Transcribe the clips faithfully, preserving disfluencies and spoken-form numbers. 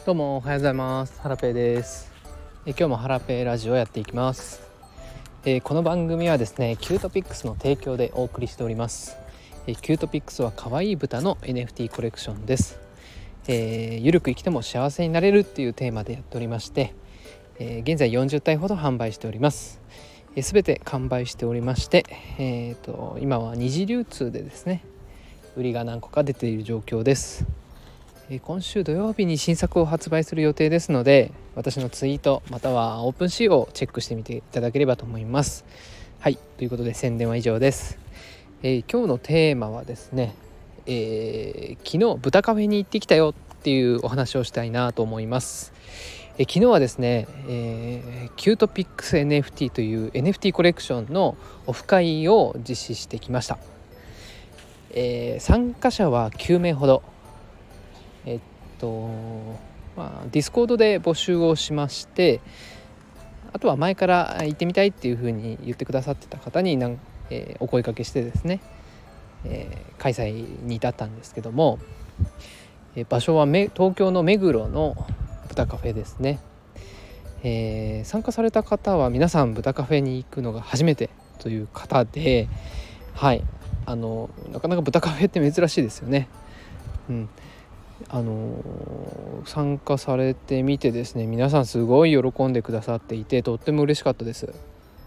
どうもおはようございます。ハラペーです。え今日もハラペーラジオをやっていきます。えー、この番組はですねキュートピックスの提供でお送りしております。えー、キュートピックスは可愛い豚の エヌエフティー コレクションです。えー、ゆるく生きても幸せになれるっていうテーマでやっておりまして、えー、現在よんじゅったいほど販売しております。すべ、えー、て完売しておりまして、えー、と今は二次流通でですね売りが何個か出ている状況です。今週土曜日に新作を発売する予定ですので、私のツイートまたはオープンシーをチェックしてみていただければと思います。はい、ということで宣伝は以上です。えー、今日のテーマはですね、えー、昨日豚カフェに行ってきたよっていうお話をしたいなと思います。えー、昨日はですね、えー、キュートピックス エヌエフティー という エヌエフティー コレクションのオフ会を実施してきました。えー、参加者はきゅうめいほど。えっとまあ、ディスコードで募集をしまして、あとは前から行ってみたいっていうふうに言ってくださってた方になん、えー、お声掛けしてですね、えー、開催に至ったんですけども、えー、場所はめ東京の目黒の豚カフェですね。えー、参加された方は皆さん豚カフェに行くのが初めてという方で、はいあのなかなか豚カフェって珍しいですよね。うんあのー、参加されてみてですね、皆さんすごい喜んでくださっていて、とっても嬉しかったです。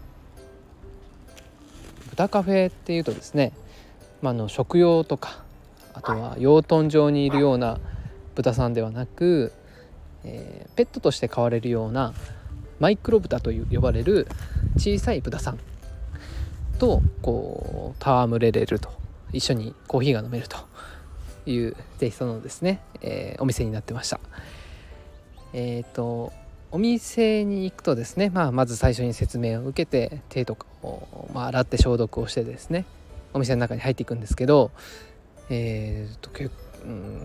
豚カフェっていうとですね、まあ、の食用とか、あとは養豚場にいるような豚さんではなく、えー、ペットとして飼われるようなマイクロ豚という呼ばれる小さい豚さんとこう戯れれると、一緒にコーヒーが飲めるというテイストのですね、えー、お店になってました。えっ、ー、とお店に行くとですね、まあ、まず最初に説明を受けて手とかを、まあ、洗って消毒をしてですねお店の中に入っていくんですけど、えーとけうん、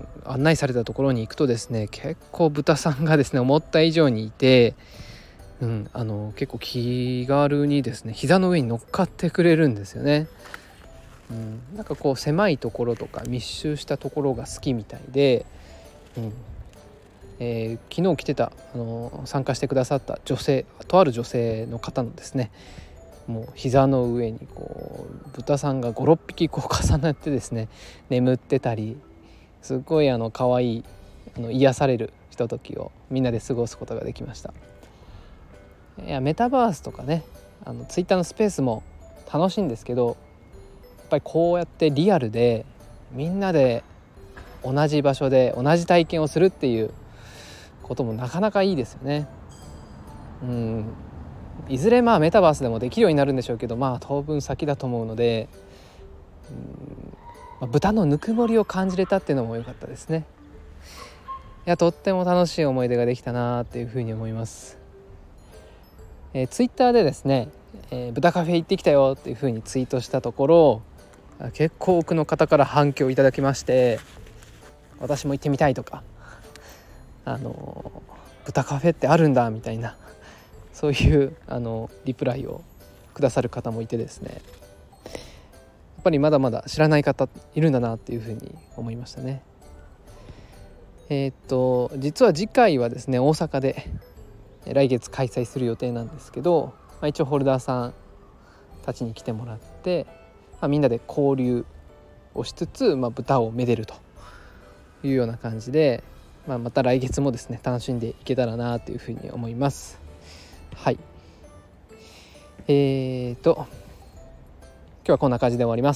案内されたところに行くとですね、結構豚さんがですね思った以上にいて、うん、あの結構気軽にですね膝の上に乗っかってくれるんですよね。うん、なんかこう狭いところとか密集したところが好きみたいで、うんえー、昨日来てたあの参加してくださった女性とある女性の方のですね、もう膝の上にこう豚さんがごろっぴきこう重なってですね眠ってたり、すごいあの可愛いあの癒されるひとときをみんなで過ごすことができました。いやメタバースとかね、あのツイッターのスペースも楽しいんですけど、やっぱりこうやってリアルでみんなで同じ場所で同じ体験をするっていうこともなかなかいいですよね。うん、いずれまあメタバースでもできるようになるんでしょうけど、まあ当分先だと思うので、うんまあ、豚のぬくもりを感じれたっていうのも良かったですね。いやとっても楽しい思い出ができたなっていうふうに思います。えー、ツイッターでですね、えー、豚カフェ行ってきたよっていうふうにツイートしたところ、結構多くの方から反響いただきまして、私も行ってみたいとか、あの豚カフェってあるんだみたいな、そういうあのリプライをくださる方もいてですね、やっぱりまだまだ知らない方いるんだなっていうふうに思いましたね。えー、っと実は次回はですね大阪で来月開催する予定なんですけど、まあ、一応ホルダーさんたちに来てもらって、まあ、みんなで交流をしつつ、まあ、豚をめでるというような感じで、まあ、また来月もですね楽しんでいけたらなというふうに思います。はい、えーと今日はこんな感じで終わります。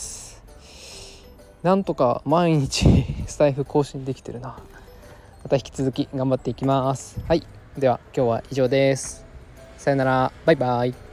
なんとか毎日スタイフ更新できてるな。また引き続き頑張っていきます。はい、では今日は以上です。さよなら、バイバイ。